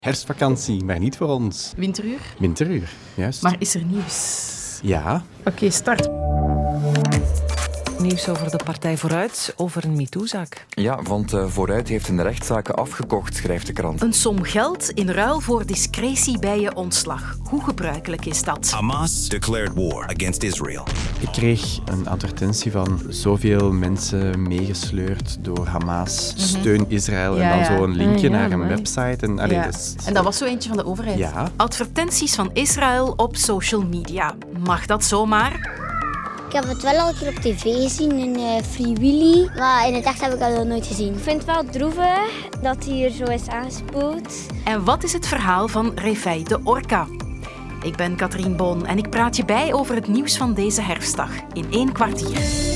Herfstvakantie, maar niet voor ons. Winteruur? Winteruur, juist. Maar is er nieuws? Ja. Oké, start. Nieuws over de partij Vooruit, over een MeToo-zaak. Ja, want Vooruit heeft een rechtszaak afgekocht, schrijft de krant. Een som geld in ruil voor discretie bij je ontslag. Hoe gebruikelijk is dat? Hamas declared war against Israel. Ik kreeg een advertentie van zoveel mensen meegesleurd door Hamas. Steun Israël. Ja, en dan ja. zo'n linkje Ja, naar een mooi. website. En, En dat was zo eentje van de overheid. Ja. Advertenties van Israël op social media. Mag dat zomaar? Ik heb het wel al een keer op tv gezien in Free Willy, maar in het echt heb ik dat nog nooit gezien. Ik vind het wel droevig dat hij hier zo is aangespoeld. En wat is het verhaal van Refai de Orka? Ik ben Katrien Boon en ik praat je bij over het nieuws van deze herfstdag in 1 kwartier.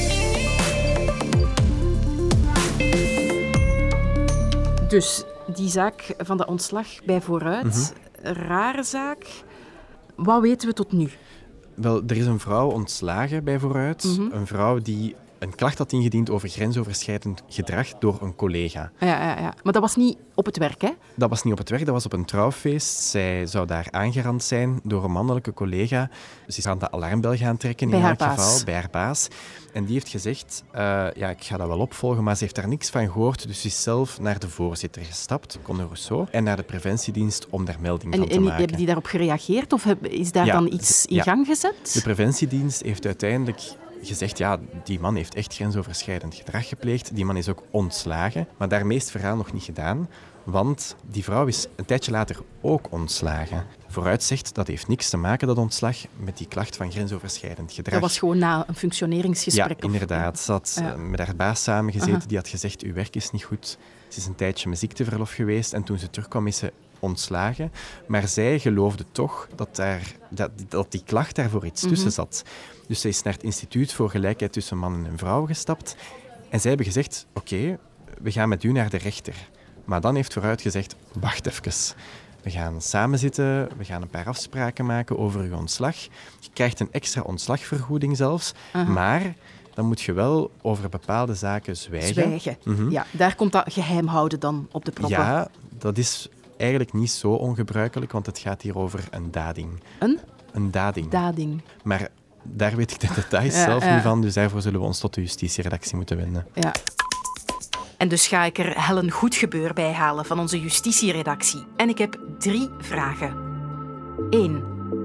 Dus die zaak van de ontslag bij Vooruit, rare zaak. Wat weten we tot nu? Wel, er is een vrouw ontslagen bij Vooruit. Een vrouw die een klacht had ingediend over grensoverschrijdend gedrag door een collega. Ja. Maar dat was niet op het werk, hè? Dat was niet op het werk, dat was op een trouwfeest. Zij zou daar aangerand zijn door een mannelijke collega. Ze is aan de alarmbel gaan trekken Bij in haar elk baas. geval, bij haar baas. En die heeft gezegd, ik ga dat wel opvolgen, maar ze heeft daar niks van gehoord. Dus ze is zelf naar de voorzitter gestapt, Conor Rousseau, en naar de preventiedienst om daar melding van te En maken. hebben die daarop gereageerd of is daar Ja, dan iets in ja. gang gezet? De preventiedienst heeft uiteindelijk gezegd, die man heeft echt grensoverschrijdend gedrag gepleegd. Die man is ook ontslagen. Maar daarmee is het verhaal nog niet gedaan, want die vrouw is een tijdje later ook ontslagen. Vooruit zegt, dat heeft niks te maken, dat ontslag, met die klacht van grensoverschrijdend gedrag. Dat was gewoon na een functioneringsgesprek. Ja, inderdaad. Ze had met haar baas samengezeten, die had gezegd, uw werk is niet goed. Ze is een tijdje met ziekteverlof geweest en toen ze terugkwam is ze ontslagen. Maar zij geloofde toch dat die klacht daar voor iets tussen zat. Dus ze is naar het Instituut voor Gelijkheid tussen Mannen en Vrouwen gestapt. En zij hebben gezegd, oké, we gaan met u naar de rechter. Maar dan heeft Vooruit gezegd, wacht even. We gaan samen zitten, we gaan een paar afspraken maken over uw ontslag. Je krijgt een extra ontslagvergoeding zelfs, maar dan moet je wel over bepaalde zaken zwijgen. Ja, daar komt dat geheimhouden dan op de proppen. Ja, dat is eigenlijk niet zo ongebruikelijk, want het gaat hier over een dading. Een dading. Dading. Maar daar weet ik de details zelf niet van, dus daarvoor zullen we ons tot de justitieredactie moeten wenden. Ja. En dus ga ik er Helen Goedgebeur bij halen van onze justitieredactie. En ik heb 3 vragen. 1.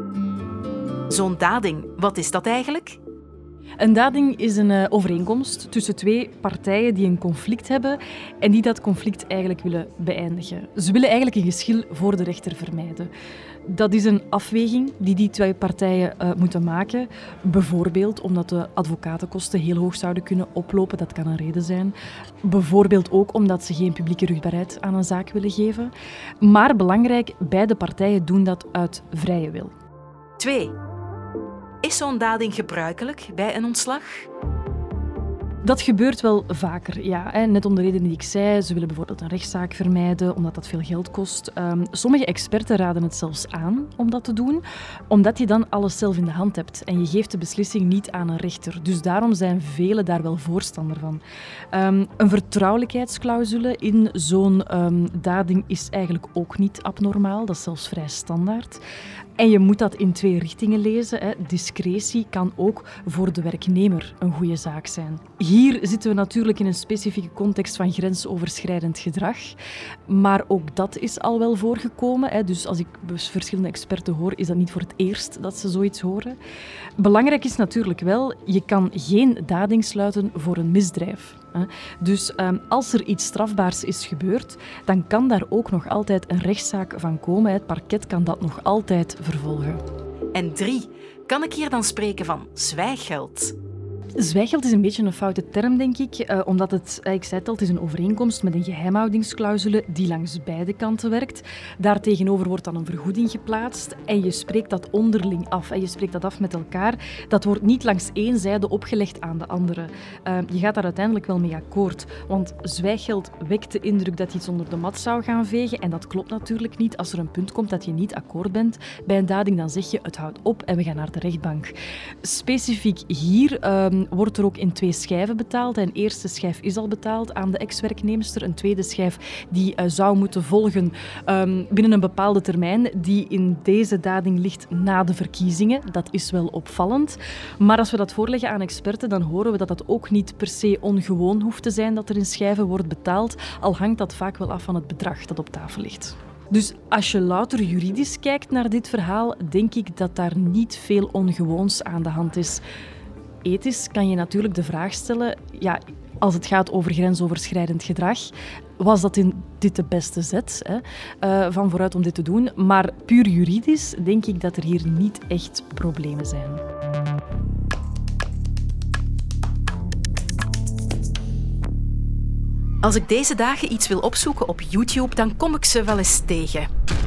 Zo'n dading, wat is dat eigenlijk? Een dading is een overeenkomst tussen 2 partijen die een conflict hebben en die dat conflict eigenlijk willen beëindigen. Ze willen eigenlijk een geschil voor de rechter vermijden. Dat is een afweging die die 2 partijen moeten maken. Bijvoorbeeld omdat de advocatenkosten heel hoog zouden kunnen oplopen. Dat kan een reden zijn. Bijvoorbeeld ook omdat ze geen publieke rugbaarheid aan een zaak willen geven. Maar belangrijk, beide partijen doen dat uit vrije wil. 2. Is zo'n dading gebruikelijk bij een ontslag? Dat gebeurt wel vaker, ja. Net om de reden die ik zei. Ze willen bijvoorbeeld een rechtszaak vermijden, omdat dat veel geld kost. Sommige experten raden het zelfs aan om dat te doen, omdat je dan alles zelf in de hand hebt en je geeft de beslissing niet aan een rechter. Dus daarom zijn velen daar wel voorstander van. Een vertrouwelijkheidsclausule in zo'n dading is eigenlijk ook niet abnormaal. Dat is zelfs vrij standaard. En je moet dat in 2 richtingen lezen. Discretie kan ook voor de werknemer een goede zaak zijn. Hier zitten we natuurlijk in een specifieke context van grensoverschrijdend gedrag. Maar ook dat is al wel voorgekomen. Dus als ik verschillende experten hoor, is dat niet voor het eerst dat ze zoiets horen. Belangrijk is natuurlijk wel, je kan geen dading sluiten voor een misdrijf. Dus als er iets strafbaars is gebeurd, dan kan daar ook nog altijd een rechtszaak van komen. Het parket kan dat nog altijd vervolgen. En 3. Kan ik hier dan spreken van zwijggeld? Zwijggeld is een beetje een foute term, denk ik, omdat ik zei het is een overeenkomst met een geheimhoudingsclausule die langs beide kanten werkt. Daartegenover wordt dan een vergoeding geplaatst en je spreekt dat onderling af. Je spreekt dat af met elkaar. Dat wordt niet langs één zijde opgelegd aan de andere. Je gaat daar uiteindelijk wel mee akkoord, want zwijggeld wekt de indruk dat je iets onder de mat zou gaan vegen en dat klopt natuurlijk niet. Als er een punt komt dat je niet akkoord bent bij een dading, dan zeg je het houdt op en we gaan naar de rechtbank. Specifiek hier wordt er ook in 2 schijven betaald. Een eerste schijf is al betaald aan de ex-werknemster. Een tweede schijf die zou moeten volgen binnen een bepaalde termijn die in deze dading ligt na de verkiezingen. Dat is wel opvallend. Maar als we dat voorleggen aan experten, dan horen we dat dat ook niet per se ongewoon hoeft te zijn dat er in schijven wordt betaald, al hangt dat vaak wel af van het bedrag dat op tafel ligt. Dus als je louter juridisch kijkt naar dit verhaal, denk ik dat daar niet veel ongewoons aan de hand is. Ethisch kan je natuurlijk de vraag stellen, ja, als het gaat over grensoverschrijdend gedrag, was dit de beste zet van vooruit om dit te doen? Maar puur juridisch denk ik dat er hier niet echt problemen zijn. Als ik deze dagen iets wil opzoeken op YouTube, dan kom ik ze wel eens tegen.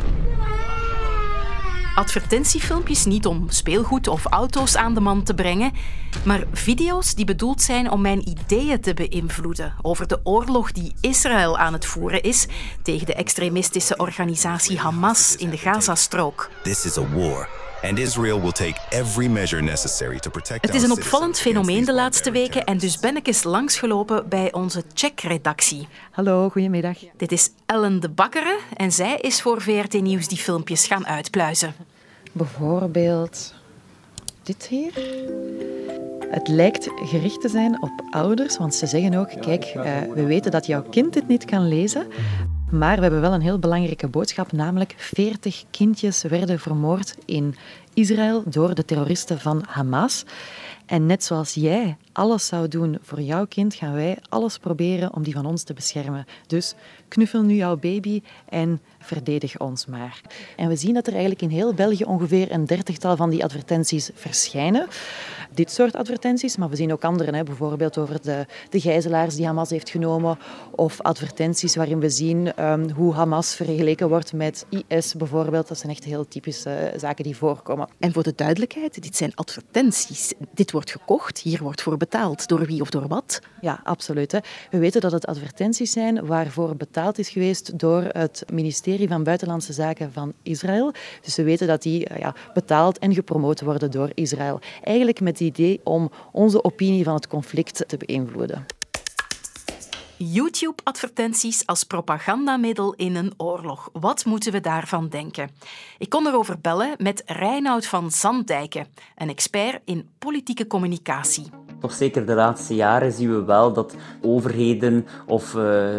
Advertentiefilmpjes niet om speelgoed of auto's aan de man te brengen, maar video's die bedoeld zijn om mijn ideeën te beïnvloeden over de oorlog die Israël aan het voeren is tegen de extremistische organisatie Hamas in de Gazastrook. This is a war. And Israel will take every measure necessary to protect. Het is een opvallend fenomeen de laatste weken en dus ben ik eens langsgelopen bij onze Check-redactie. Hallo, goedemiddag. Dit is Ellen de Bakkere en zij is voor VRT Nieuws die filmpjes gaan uitpluizen. Bijvoorbeeld dit hier. Het lijkt gericht te zijn op ouders, want ze zeggen ook, kijk, we weten dat jouw kind dit niet kan lezen, maar we hebben wel een heel belangrijke boodschap, namelijk 40 kindjes werden vermoord in Israël door de terroristen van Hamas. En net zoals jij alles zou doen voor jouw kind, gaan wij alles proberen om die van ons te beschermen. Dus knuffel nu jouw baby en verdedig ons maar. En we zien dat er eigenlijk in heel België ongeveer een 30-tal van die advertenties verschijnen. Dit soort advertenties, maar we zien ook andere, bijvoorbeeld over de gijzelaars die Hamas heeft genomen, of advertenties waarin we zien hoe Hamas vergeleken wordt met IS bijvoorbeeld. Dat zijn echt heel typische zaken die voorkomen. En voor de duidelijkheid, dit zijn advertenties. Dit wordt gekocht, hier wordt voor betaald. Door wie of door wat? Ja, absoluut. Hè. We weten dat het advertenties zijn waarvoor betaald is geweest door het ministerie van Buitenlandse Zaken van Israël. Dus we weten dat die betaald en gepromoot worden door Israël. Eigenlijk met het idee om onze opinie van het conflict te beïnvloeden. YouTube-advertenties als propagandamiddel in een oorlog. Wat moeten we daarvan denken? Ik kon erover bellen met Reinoud van Zandijken, een expert in politieke communicatie. Toch zeker de laatste jaren zien we wel dat overheden of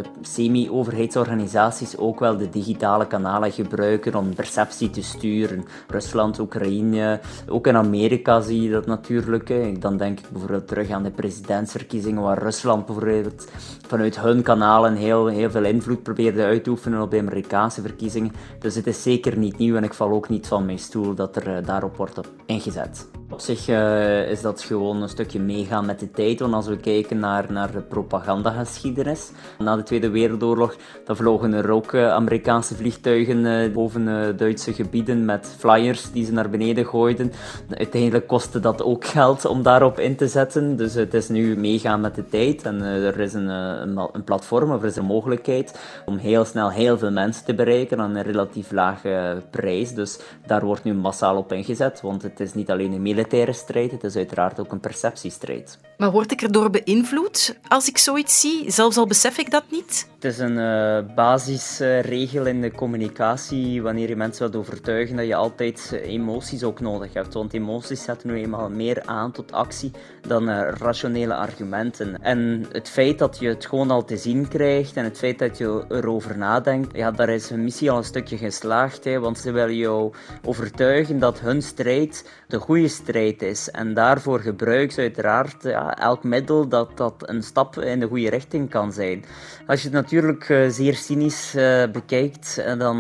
semi-overheidsorganisaties ook wel de digitale kanalen gebruiken om perceptie te sturen. Rusland, Oekraïne, ook in Amerika zie je dat natuurlijk. Dan denk ik bijvoorbeeld terug aan de presidentsverkiezingen waar Rusland bijvoorbeeld vanuit hun kanalen heel veel invloed probeerde uit te oefenen op de Amerikaanse verkiezingen. Dus het is zeker niet nieuw en ik val ook niet van mijn stoel dat er daarop wordt ingezet. Op zich is dat gewoon een stukje meegaan met de tijd, want als we kijken naar de propagandageschiedenis. Na de Tweede Wereldoorlog dan vlogen er ook Amerikaanse vliegtuigen boven Duitse gebieden met flyers die ze naar beneden gooiden. Uiteindelijk kostte dat ook geld om daarop in te zetten, dus het is nu meegaan met de tijd en er is een platform, of er is een mogelijkheid om heel snel heel veel mensen te bereiken aan een relatief lage prijs. Dus daar wordt nu massaal op ingezet, want het is niet alleen een militaire strijd, het is uiteraard ook een perceptiestrijd. Maar word ik erdoor beïnvloed als ik zoiets zie? Zelfs al besef ik dat niet? Het is een basisregel in de communicatie, wanneer je mensen wilt overtuigen, dat je altijd emoties ook nodig hebt. Want emoties zetten nu eenmaal meer aan tot actie dan rationele argumenten. En het feit dat je het gewoon al te zien krijgt en het feit dat je erover nadenkt, ja, daar is hun missie al een stukje geslaagd. Want ze willen jou overtuigen dat hun strijd de goede strijd is. En daarvoor gebruiken ze uiteraard elk middel dat een stap in de goede richting kan zijn. Als je het natuurlijk zeer cynisch bekijkt,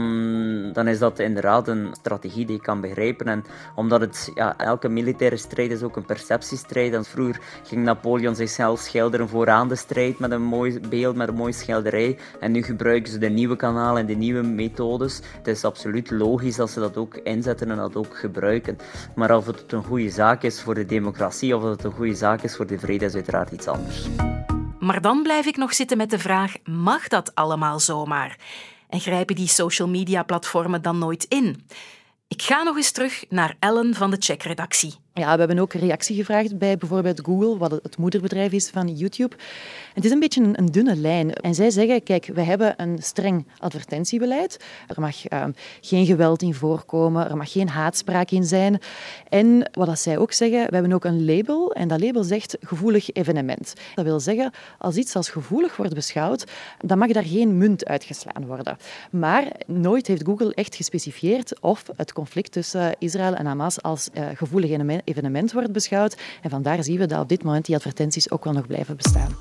dan is dat inderdaad een strategie die je kan begrijpen. En omdat elke militaire strijd is ook een perceptiestrijd. En vroeger ging Napoleon zichzelf schilderen vooraan de strijd met een mooi beeld, met een mooie schilderij. En nu gebruiken ze de nieuwe kanalen en de nieuwe methodes. Het is absoluut logisch dat ze dat ook inzetten en dat ook gebruiken. Maar of het een goede zaak is voor de democratie of of het een goede zaak is voor de vrede is uiteraard iets anders. Maar dan blijf ik nog zitten met de vraag, mag dat allemaal zomaar? En grijpen die social media platformen dan nooit in? Ik ga nog eens terug naar Ellen van de Check-redactie. Ja, we hebben ook een reactie gevraagd bij bijvoorbeeld Google, wat het moederbedrijf is van YouTube. Het is een beetje een dunne lijn. En zij zeggen, kijk, we hebben een streng advertentiebeleid. Er mag geen geweld in voorkomen, er mag geen haatspraak in zijn. En wat zij ook zeggen, we hebben ook een label en dat label zegt gevoelig evenement. Dat wil zeggen, als iets als gevoelig wordt beschouwd, dan mag daar geen munt uitgeslaan worden. Maar nooit heeft Google echt gespecifieerd of het conflict tussen Israël en Hamas als gevoelig evenement wordt beschouwd. En vandaar zien we dat op dit moment die advertenties ook wel nog blijven bestaan.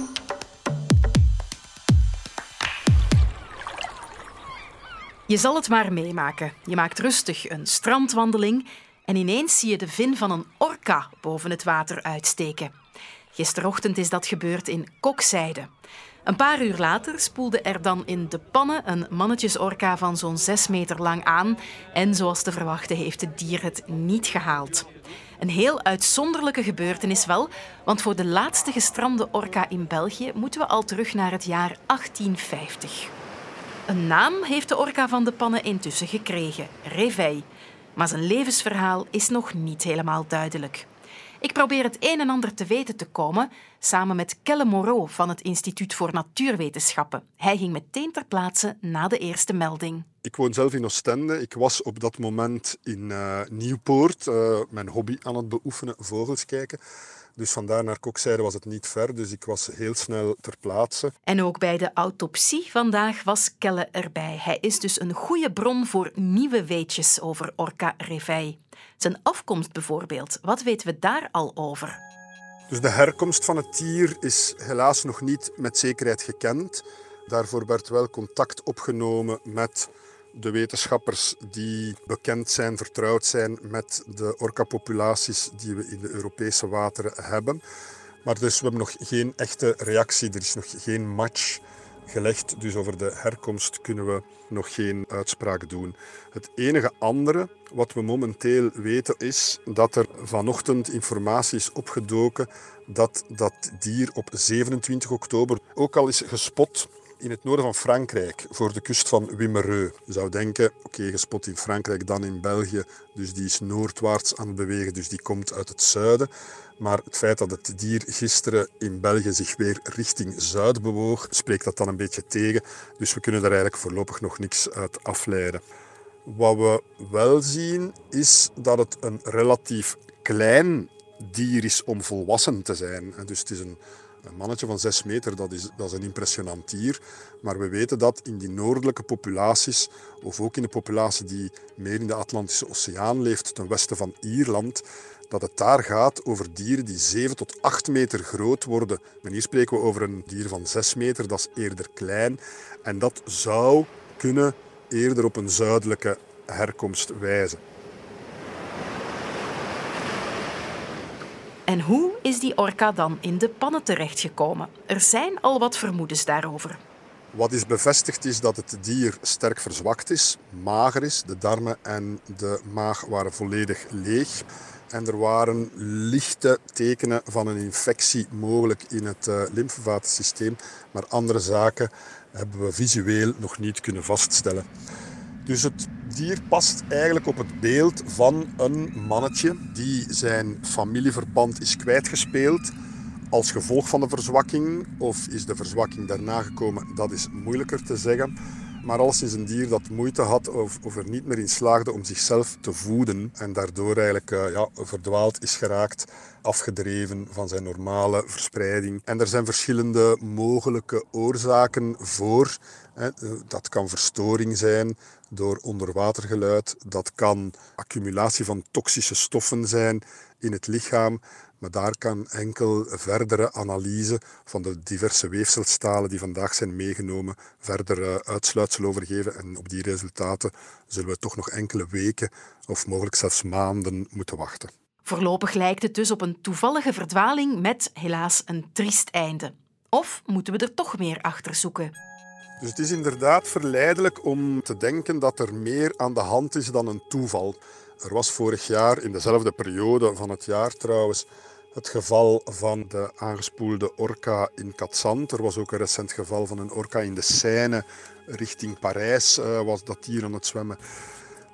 Je zal het maar meemaken. Je maakt rustig een strandwandeling en ineens zie je de vin van een orka boven het water uitsteken. Gisterochtend is dat gebeurd in Kokzijde. Een paar uur later spoelde er dan in de pannen een mannetjesorka van zo'n 6 meter lang aan en zoals te verwachten heeft het dier het niet gehaald. Een heel uitzonderlijke gebeurtenis wel, want voor de laatste gestrande orka in België moeten we al terug naar het jaar 1850. Een naam heeft de orka van de pannen intussen gekregen, Réveil. Maar zijn levensverhaal is nog niet helemaal duidelijk. Ik probeer het een en ander te weten te komen, samen met Kelle Moreau van het Instituut voor Natuurwetenschappen. Hij ging meteen ter plaatse na de eerste melding. Ik woon zelf in Oostende. Ik was op dat moment in Nieuwpoort mijn hobby aan het beoefenen, vogels kijken. Dus vandaar naar Kokzijde was het niet ver, dus ik was heel snel ter plaatse. En ook bij de autopsie vandaag was Kelle erbij. Hij is dus een goede bron voor nieuwe weetjes over orka Réveil. Zijn afkomst bijvoorbeeld, wat weten we daar al over? Dus de herkomst van het dier is helaas nog niet met zekerheid gekend. Daarvoor werd wel contact opgenomen met de wetenschappers die bekend zijn, vertrouwd zijn met de orka-populaties die we in de Europese wateren hebben. Maar dus we hebben nog geen echte reactie, er is nog geen match gelegd. Dus over de herkomst kunnen we nog geen uitspraak doen. Het enige andere wat we momenteel weten is dat er vanochtend informatie is opgedoken dat dat dier op 27 oktober ook al is gespot in het noorden van Frankrijk, voor de kust van Wimereux. Je zou denken, oké, gespot in Frankrijk, dan in België, dus die is noordwaarts aan het bewegen, dus die komt uit het zuiden. Maar het feit dat het dier gisteren in België zich weer richting zuid bewoog, spreekt dat dan een beetje tegen. Dus we kunnen daar eigenlijk voorlopig nog niks uit afleiden. Wat we wel zien, is dat het een relatief klein dier is om volwassen te zijn. Dus het is een mannetje van 6 meter, dat is een impressionant dier. Maar we weten dat in die noordelijke populaties, of ook in de populatie die meer in de Atlantische Oceaan leeft, ten westen van Ierland, dat het daar gaat over dieren die 7 tot 8 meter groot worden. Maar hier spreken we over een dier van 6 meter, dat is eerder klein. En dat zou kunnen eerder op een zuidelijke herkomst wijzen. En hoe is die orka dan in de pannen terechtgekomen? Er zijn al wat vermoedens daarover. Wat is bevestigd is dat het dier sterk verzwakt is, mager is. De darmen en de maag waren volledig leeg. En er waren lichte tekenen van een infectie mogelijk in het lymfevatensysteem. Maar andere zaken hebben we visueel nog niet kunnen vaststellen. Dus het dier past eigenlijk op het beeld van een mannetje die zijn familieverband is kwijtgespeeld als gevolg van de verzwakking. Of is de verzwakking daarna gekomen, dat is moeilijker te zeggen. Maar alleszins een dier dat moeite had of er niet meer in slaagde om zichzelf te voeden en daardoor eigenlijk verdwaald is geraakt, afgedreven van zijn normale verspreiding. En er zijn verschillende mogelijke oorzaken voor. Dat kan verstoring zijn door onderwatergeluid, dat kan accumulatie van toxische stoffen zijn in het lichaam. Maar daar kan enkel verdere analyse van de diverse weefselstalen die vandaag zijn meegenomen verder uitsluitsel over geven. En op die resultaten zullen we toch nog enkele weken of mogelijk zelfs maanden moeten wachten. Voorlopig lijkt het dus op een toevallige verdwaling met helaas een triest einde. Of moeten we er toch meer achter zoeken? Dus het is inderdaad verleidelijk om te denken dat er meer aan de hand is dan een toeval. Er was vorig jaar, in dezelfde periode van het jaar trouwens, het geval van de aangespoelde orka in Katzand. Er was ook een recent geval van een orka in de Seine richting Parijs, was dat dier aan het zwemmen.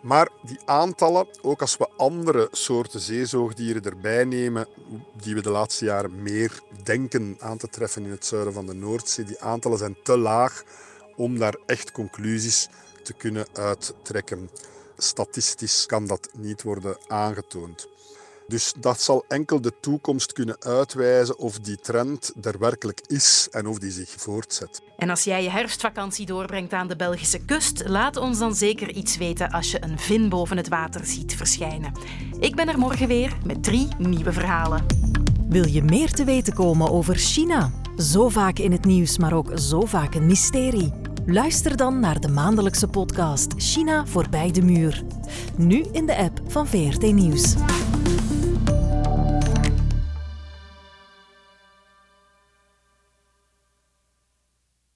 Maar die aantallen, ook als we andere soorten zeezoogdieren erbij nemen, die we de laatste jaren meer denken aan te treffen in het zuiden van de Noordzee, die aantallen zijn te laag om daar echt conclusies te kunnen uittrekken. Statistisch kan dat niet worden aangetoond. Dus dat zal enkel de toekomst kunnen uitwijzen of die trend er werkelijk is en of die zich voortzet. En als jij je herfstvakantie doorbrengt aan de Belgische kust, laat ons dan zeker iets weten als je een vin boven het water ziet verschijnen. Ik ben er morgen weer met 3 nieuwe verhalen. Wil je meer te weten komen over China? Zo vaak in het nieuws, maar ook zo vaak een mysterie. Luister dan naar de maandelijkse podcast China voorbij de muur. Nu in de app van VRT Nieuws.